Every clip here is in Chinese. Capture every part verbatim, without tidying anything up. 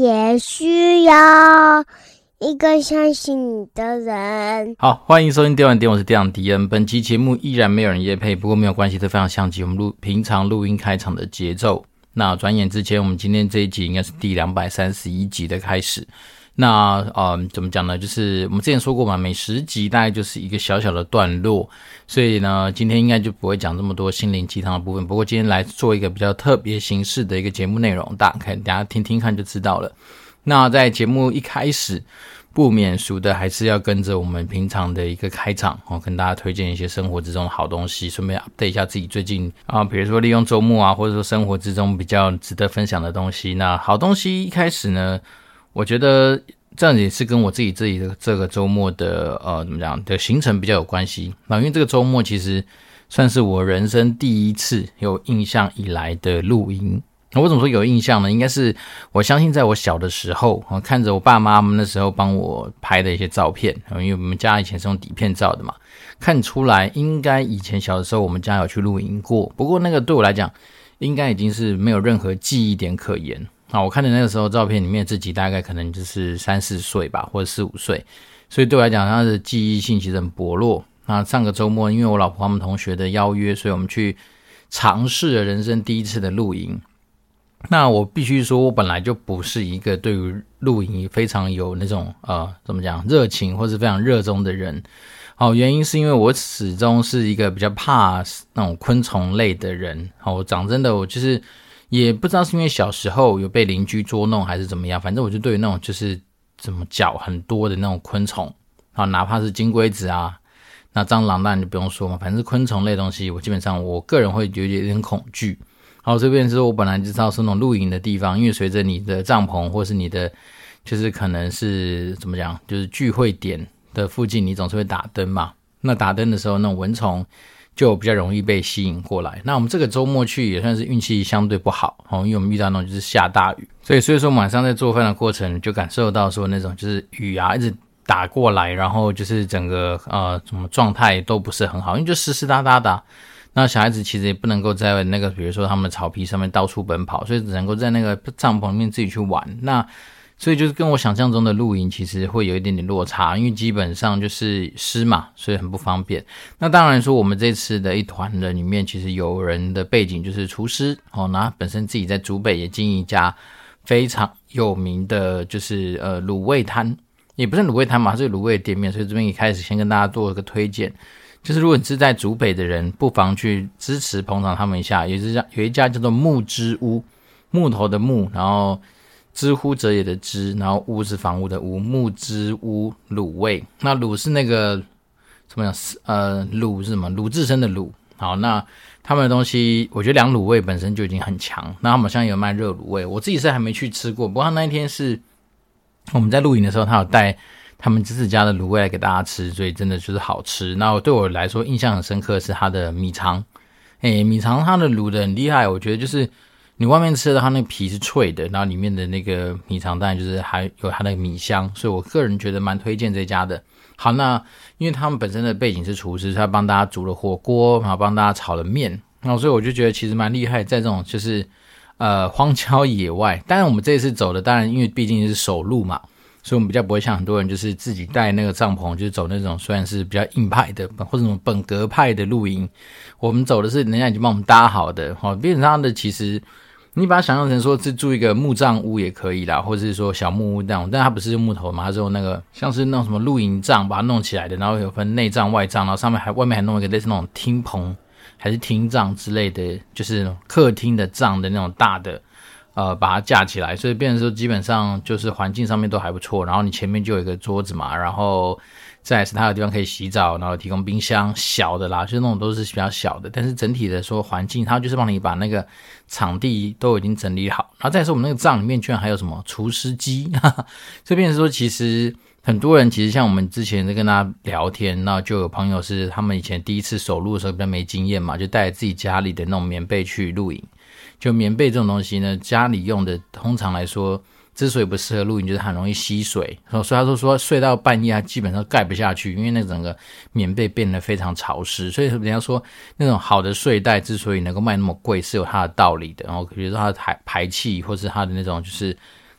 也需要一个相信你的人。 好，欢迎收听电玩店，我是店长迪恩。本期节目依然没有人业配，不过没有关系，这非常像极我们录平常录音开场的节奏。那转眼之前，我们今天这一集应该是第两百三十一集的开始。那呃，怎么讲呢？就是我们之前说过嘛，每十集大概就是一个小小的段落，所以呢，今天应该就不会讲这么多心灵鸡汤的部分。不过今天来做一个比较特别形式的一个节目内容，大家看，大家听听看就知道了。那在节目一开始，不免俗的还是要跟着我们平常的一个开场，哦，跟大家推荐一些生活之中的好东西，顺便 update 一下自己最近啊，比如说利用周末啊，或者说生活之中比较值得分享的东西。那好东西一开始呢，我觉得这样也是跟我自己自己的这个周末的呃怎么讲的行程比较有关系。那因为这个周末其实算是我人生第一次有印象以来的露营。那我怎么说有印象呢？应该是我相信在我小的时候，我看着我爸妈们那时候帮我拍的一些照片，因为我们家以前是用底片照的嘛，看出来应该以前小的时候我们家有去露营过。不过那个对我来讲，应该已经是没有任何记忆点可言。好，我看的那个时候照片里面自己大概可能就是三四岁吧，或者四五岁，所以对我来讲，它的记忆性其实很薄弱。那上个周末，因为我老婆他们同学的邀约，所以我们去尝试了人生第一次的露营。那我必须说，我本来就不是一个对于露营非常有那种呃怎么讲热情或是非常热衷的人。好，原因是因为我始终是一个比较怕那种昆虫类的人。好，我讲真的，我就是也不知道是因为小时候有被邻居捉弄还是怎么样，反正我就对于那种就是怎么脚很多的那种昆虫，好，哪怕是金龟子啊，那蟑螂当然就不用说嘛，反正是昆虫类东西，我基本上我个人会有一点恐惧。好，这边是我本来就知道是那种露营的地方，因为随着你的帐篷或是你的就是可能是怎么讲，就是聚会点的附近，你总是会打灯嘛。那打灯的时候，那种蚊虫就比较容易被吸引过来。那我们这个周末去也算是运气相对不好，因为我们遇到那种就是下大雨，所以所以说晚上在做饭的过程就感受到说那种就是雨啊一直打过来，然后就是整个呃什么状态都不是很好，因为就湿湿哒哒的。那小孩子其实也不能够在那个比如说他们草皮上面到处奔跑，所以只能够在那个帐篷里面自己去玩。那所以就是跟我想象中的露营其实会有一点点落差，因为基本上就是湿嘛，所以很不方便。那当然说我们这次的一团人里面其实有人的背景就是厨师，哦，那本身自己在竹北也经营一家非常有名的就是呃卤味摊，也不是卤味摊嘛，是卤味的店面，所以这边一开始先跟大家做一个推荐。就是如果你是在竹北的人，不妨去支持捧场他们一下。有一家有一家叫做木之屋，木头的木，然后知乎者也的知，然后屋是房屋的屋，木之屋卤味。那卤是那个怎么样？呃，卤是什么？鲁智深的鲁。好，那他们的东西，我觉得凉卤味本身就已经很强。那他们好像有卖热卤味，我自己是还没去吃过。不过他那一天是我们在露营的时候，他有带他们自家的卤味来给大家吃，所以真的就是好吃。那对我来说印象很深刻的是它的米肠，诶，米肠它的卤的很厉害，我觉得就是你外面吃的它那个皮是脆的，然后里面的那个米肠当然就是还有它的米香，所以我个人觉得蛮推荐这家的。好，那因为他们本身的背景是厨师，他帮大家煮了火锅，然后帮大家炒了面，然后所以我就觉得其实蛮厉害，在这种就是呃荒郊野外。当然我们这一次走的当然因为毕竟是首露嘛，所以我们比较不会像很多人就是自己带那个帐篷，就是走那种虽然是比较硬派的或者什么本格派的露营，我们走的是人家已经帮我们搭好的，齁，基本上的其实你把它想象成说是住一个木帐屋也可以啦，或者是说小木屋那种，但它不是用木头嘛，它是用那个像是那种什么露营帐把它弄起来的，然后有分内帐外帐，然后上面还外面还弄一个类似那种厅棚还是厅帐之类的，就是客厅的帐的那种大的呃，把它架起来，所以变成说基本上就是环境上面都还不错，然后你前面就有一个桌子嘛，然后再来是它有地方可以洗澡，然后提供冰箱小的啦，就是那种都是比较小的，但是整体的说环境它就是帮你把那个场地都已经整理好，然后再来是我们那个帐里面居然还有什么厨师机，哈哈，所以变成说其实很多人其实像我们之前在跟大家聊天，那就有朋友是他们以前第一次首露的时候比较没经验嘛，就带着自己家里的那种棉被去露营。就棉被这种东西呢，家里用的通常来说之所以不适合露营，就是很容易吸水，所以他说说睡到半夜他基本上盖不下去，因为那整个棉被变得非常潮湿，所以人家说那种好的睡袋之所以能够卖那么贵是有它的道理的，然后比如说它的排排气或是它的那种就是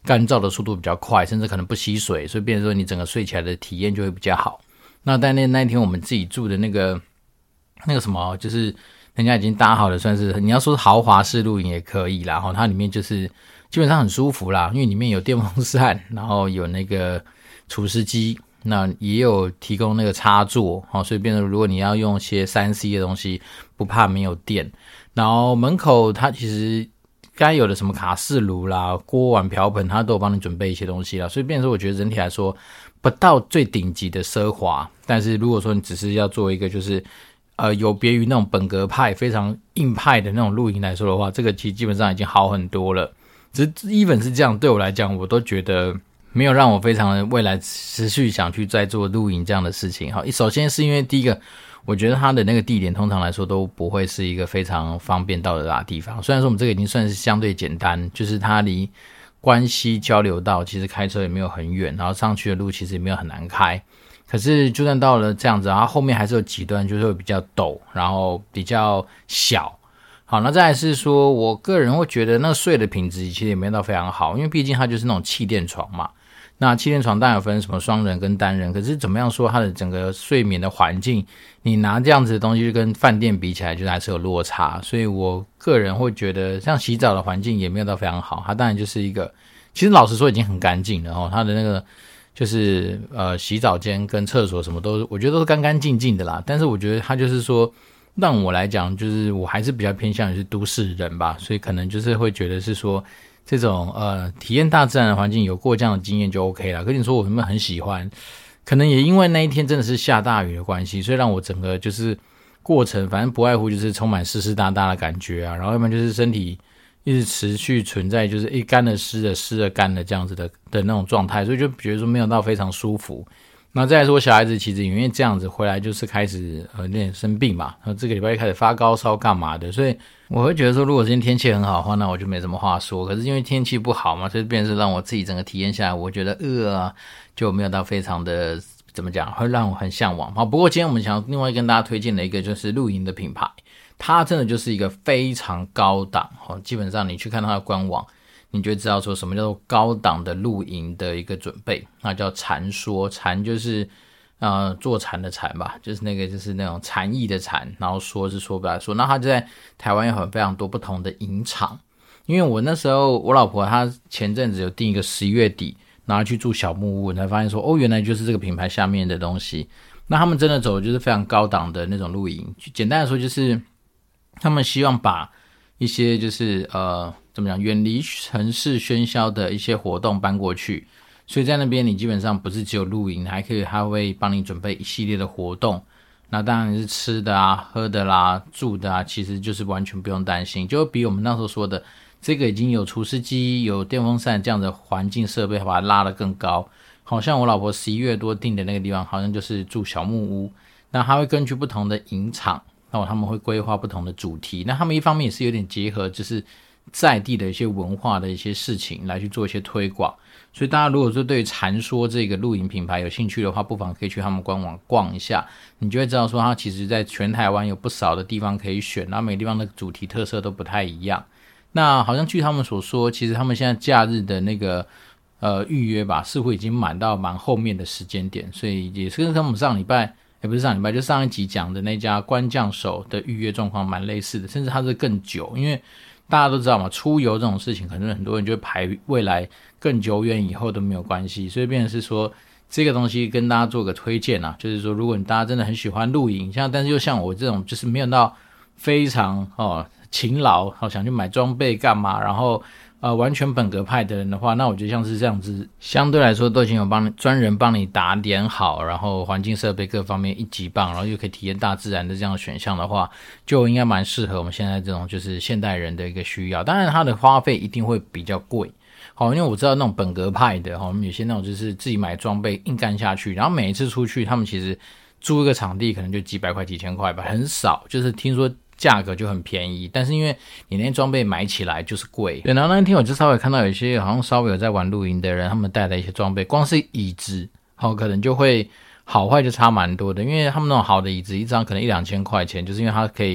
干燥的速度比较快，甚至可能不吸水，所以变成说你整个睡起来的体验就会比较好。那但那那一天我们自己住的那个那个什么，就是人家已经搭好的，算是你要说豪华式露营也可以啦，它里面就是基本上很舒服啦，因为里面有电风扇，然后有那个除湿机，那也有提供那个插座，所以变成如果你要用一些 三 C 的东西，不怕没有电。然后门口它其实该有的什么卡式炉啦、锅碗瓢盆，它都有帮你准备一些东西啦，所以变成说我觉得整体来说不到最顶级的奢华，但是如果说你只是要做一个就是呃有别于那种本格派非常硬派的那种露营来说的话，这个其实基本上已经好很多了。只是 even 是这样，对我来讲我都觉得没有让我非常的未来持续想去再做露营这样的事情。好，首先是因为第一个我觉得它的那个地点通常来说都不会是一个非常方便到的地方，虽然说我们这个已经算是相对简单，就是它离关西交流道其实开车也没有很远，然后上去的路其实也没有很难开，可是就算到了这样子，然后后面还是有几段就是会比较陡，然后比较小。好，那再来是说我个人会觉得那个睡的品质其实也没有到非常好，因为毕竟它就是那种气垫床嘛，那气垫床当然有分什么双人跟单人，可是怎么样说它的整个睡眠的环境，你拿这样子的东西就跟饭店比起来就还是有落差，所以我个人会觉得像洗澡的环境也没有到非常好，它当然就是一个其实老实说已经很干净了，它的那个就是呃洗澡间跟厕所什么都我觉得都是干干净净的啦，但是我觉得它就是说让我来讲就是我还是比较偏向于是都市人吧，所以可能就是会觉得是说这种呃体验大自然的环境有过这样的经验就 OK 啦。跟你说我有没有很喜欢，可能也因为那一天真的是下大雨的关系，所以让我整个就是过程反正不外乎就是充满湿湿哒哒的感觉啊，然后要不然就是身体一直持续存在就是一干了湿了湿了干了这样子的的那种状态，所以就觉得说没有到非常舒服。那再来说小孩子其实因为这样子回来就是开始呃有点生病嘛，然后这个礼拜开始发高烧干嘛的，所以我会觉得说如果今天天气很好的话那我就没什么话说，可是因为天气不好嘛，所以变成是让我自己整个体验下来我觉得呃、啊、就没有到非常的怎么讲会让我很向往。好，不过今天我们想要另外跟大家推荐的一个就是露营的品牌，它真的就是一个非常高档，基本上你去看它的官网你就会知道说什么叫做高档的露营的一个准备，那叫禅说，禅就是呃坐禅的禅吧，就是那个就是那种禅意的禅，然后说是说不来说，那它就在台湾有很非常多不同的营场，因为我那时候我老婆她前阵子有订一个十一月底然后去住小木屋，才发现说哦原来就是这个品牌下面的东西，那他们真的走的就是非常高档的那种露营，简单的说就是他们希望把一些就是呃怎么讲远离城市喧嚣的一些活动搬过去，所以在那边你基本上不是只有露营，还可以他会帮你准备一系列的活动，那当然是吃的啊喝的啦住的啊，其实就是完全不用担心，就比我们那时候说的这个已经有除湿机有电风扇这样的环境设备把它拉得更高。好像我老婆十一月多订的那个地方好像就是住小木屋，那他会根据不同的营场，那他们会规划不同的主题，那他们一方面也是有点结合就是在地的一些文化的一些事情来去做一些推广，所以大家如果说对禅说这个露营品牌有兴趣的话，不妨可以去他们官网逛一下，你就会知道说它其实在全台湾有不少的地方可以选，然后每个地方的主题特色都不太一样。那好像据他们所说，其实他们现在假日的那个呃预约吧，似乎已经满到蛮后面的时间点，所以也是跟他们上礼拜也不是上礼拜就上一集讲的那家官将手的预约状况蛮类似的，甚至它是更久，因为大家都知道嘛，出游这种事情可能很多人就会排未来更久远以后都没有关系，所以变成是说这个东西跟大家做个推荐啊，就是说如果你大家真的很喜欢露营，像但是又像我这种就是没有到非常哦勤劳、哦、想去买装备干嘛，然后呃完全本格派的人的话，那我觉得像是这样子相对来说都已经有帮你专人帮你打点好，然后环境设备各方面一级棒，然后又可以体验大自然的这样的选项的话，就应该蛮适合我们现在这种就是现代人的一个需要。当然它的花费一定会比较贵，好，因为我知道那种本格派的齁，有些那种就是自己买装备硬干下去，然后每一次出去他们其实租一个场地可能就几百块几千块吧，很少，就是听说价格就很便宜，但是因为你那些装备买起来就是贵。对，然后那天我就稍微看到有一些好像稍微有在玩露营的人，他们带的一些装备，光是椅子好可能就会好坏就差蛮多的，因为他们那种好的椅子一张可能一两千块钱，就是因为它可以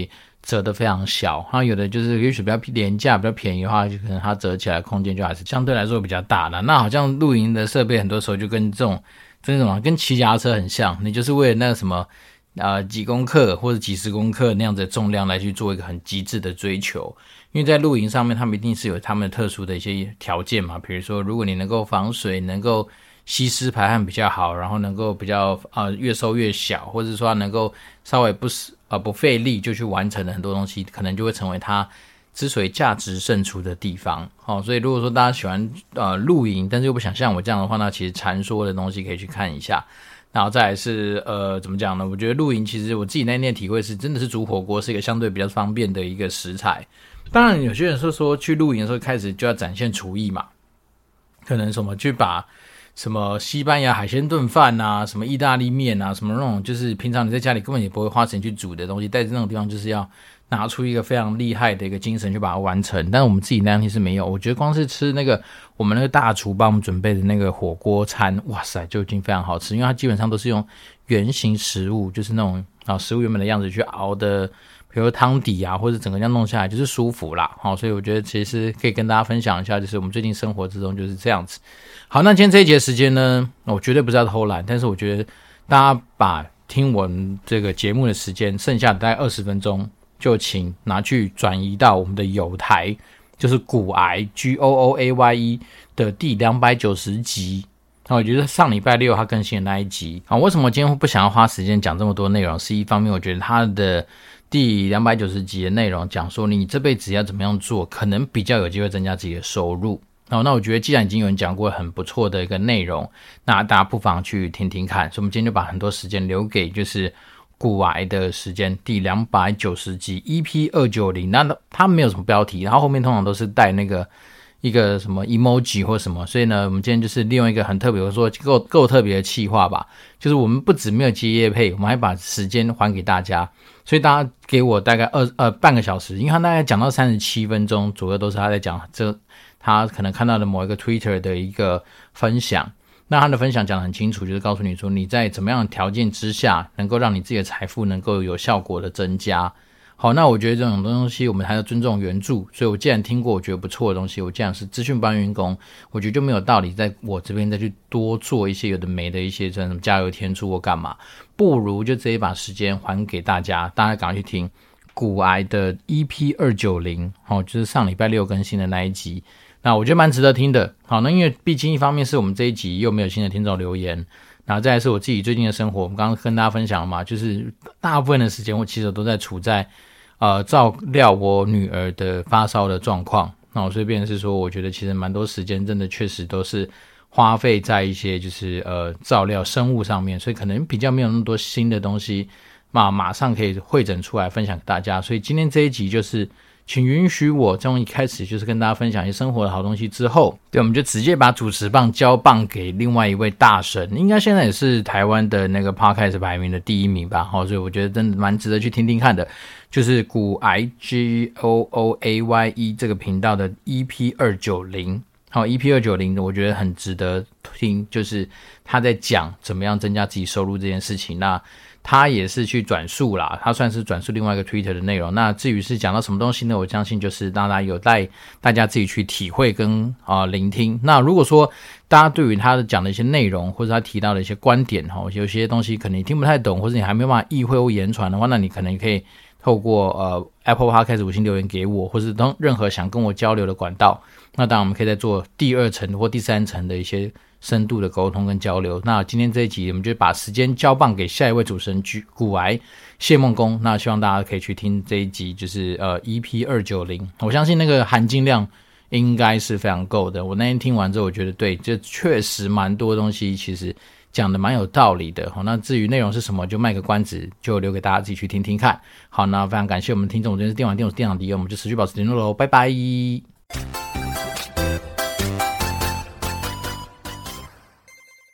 折得非常小，然后有的就是也许比较廉价比较便宜的话，就可能它折起来空间就还是相对来说比较大的。那好像露营的设备很多时候就跟这种这种跟骑脚踏车很像，你就是为了那个什么呃几公克或者几十公克那样子的重量来去做一个很极致的追求。因为在露营上面他们一定是有他们特殊的一些条件嘛，比如说如果你能够防水，能够吸湿排汗比较好，然后能够比较呃越收越小，或者说能够稍微不呃不费力就去完成的很多东西，可能就会成为它之所以价值胜出的地方。哦，所以如果说大家喜欢呃露营，但是又不想像我这样的话，那其实禅说的东西可以去看一下。然后再来是呃怎么讲呢？我觉得露营其实我自己那天的体会是，真的是煮火锅是一个相对比较方便的一个食材。当然有些人是说去露营的时候开始就要展现厨艺嘛，可能什么去把什么西班牙海鲜炖饭啊，什么意大利面啊，什么那种就是平常你在家里根本也不会花钱去煮的东西，在这种地方就是要拿出一个非常厉害的一个精神去把它完成。但是我们自己那天是没有，我觉得光是吃那个我们那个大厨帮我们准备的那个火锅餐，哇塞就已经非常好吃，因为它基本上都是用原型食物，就是那种啊食物原本的样子去熬的，比如说汤底啊，或者整个这样弄下来就是舒服啦。好，所以我觉得其实可以跟大家分享一下，就是我们最近生活之中就是这样子。好，那今天这一节时间呢，我绝对不是要偷懒，但是我觉得大家把听我们这个节目的时间剩下的大概二十分钟，就请拿去转移到我们的友台，就是股癌 G O O A Y E 的第两百九十集。我觉得上礼拜六他更新的那一集啊，为什么今天不想要花时间讲这么多内容？是一方面，我觉得他的第两百九十集的内容讲说你这辈子要怎么样做，可能比较有机会增加自己的收入。哦，那我觉得既然已经有人讲过很不错的一个内容，那大家不妨去听听看。所以我们今天就把很多时间留给就是股癌的时间，第两百九十集 E P 二九零。那它没有什么标题，然后后面通常都是带那个一个什么 emoji 或什么，所以呢我们今天就是利用一个很特别，我说够够特别的企划吧，就是我们不只没有接业配，我们还把时间还给大家，所以大家给我大概二呃半个小时，因为他大概讲到三十七分钟左右都是他在讲这他可能看到的某一个 Twitter 的一个分享。那他的分享讲得很清楚，就是告诉你说你在怎么样的条件之下能够让你自己的财富能够有效果的增加。好，那我觉得这种东西我们还要尊重原著，所以我既然听过我觉得不错的东西，我既然是资讯搬运工，我觉得就没有道理在我这边再去多做一些有的没的一些什么加油添醋或干嘛，不如就直接把时间还给大家，大家赶快去听股癌的 E P 二九零， 好，就是上礼拜六更新的那一集，那我觉得蛮值得听的。好，那因为毕竟一方面是我们这一集又没有新的听众留言，然后再来是我自己最近的生活，我们刚刚跟大家分享了嘛，就是大部分的时间我其实都在处在呃照料我女儿的发烧的状况，那我所以变成是说我觉得其实蛮多时间真的确实都是花费在一些就是呃照料生物上面，所以可能比较没有那么多新的东西嘛马上可以汇整出来分享给大家。所以今天这一集就是请允许我从一开始就是跟大家分享一些生活的好东西之后，对，我们就直接把主持棒交棒给另外一位大神，应该现在也是台湾的那个 podcast 排名的第一名吧，所以我觉得真的蛮值得去听听看的，就是股癌 G O O A Y E 这个频道的 E P 二九零。好 E P 二九零 我觉得很值得听，就是他在讲怎么样增加自己收入这件事情。那他也是去转述啦，他算是转述另外一个 Twitter 的内容。那至于是讲到什么东西呢，我相信就是让大家有待大家自己去体会跟、呃、聆听。那如果说大家对于他讲的一些内容或者他提到的一些观点，有些东西可能你听不太懂，或者你还没有办法意会或言传的话，那你可能可以透过呃 Apple Podcast 五星留言给我，或是当任何想跟我交流的管道，那当然我们可以再做第二层或第三层的一些深度的沟通跟交流。那今天这一集我们就把时间交棒给下一位主持人股癌谢梦工，那希望大家可以去听这一集，就是呃 E P 二九零， 我相信那个含金量应该是非常够的。我那天听完之后我觉得对，这确实蛮多东西其实讲的蛮有道理的。好，那至于内容是什么就卖个关子，就留给大家自己去听听看。好，那非常感谢我们听众，我今天是电玩店，我是店长迪恩，我们就持续保持联络咯，拜拜。